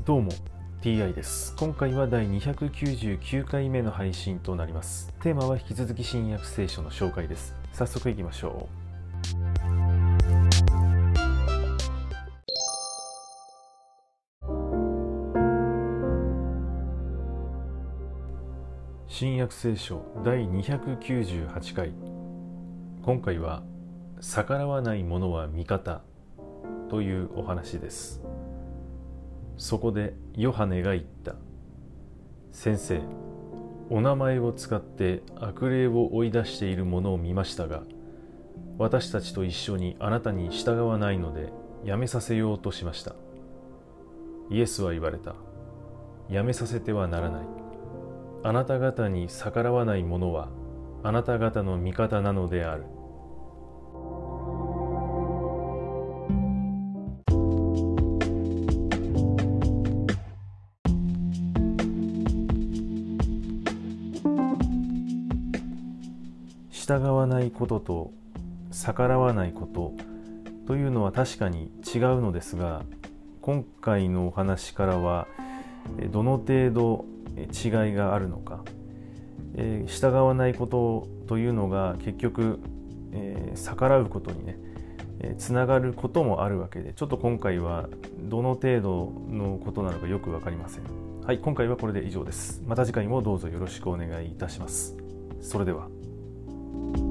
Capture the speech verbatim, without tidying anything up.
どうも ティーアイ です。今回はだいにひゃくきゅうじゅうきゅうかいめの配信となります。テーマは引き続き新約聖書の紹介です。早速いきましょう。新約聖書だいにひゃくきゅうじゅうはちかい。今回は逆らわない者は味方というお話です。そこでヨハネが言った。先生、お名前を使って悪霊を追い出している者を見ましたが、私たちと一緒にあなたに従わないのでやめさせようとしました。イエスは言われた。やめさせてはならない。あなた方に逆らわない者はあなた方の味方なのである。従わないことと逆らわないことというのは確かに違うのですが、今回のお話からはどの程度違いがあるのか、えー、従わないことというのが結局、えー、逆らうことにね、えー、つながることもあるわけで、ちょっと今回はどの程度のことなのかよくわかりません。はい、今回はこれで以上です。また次回もどうぞよろしくお願いいたします。それでは。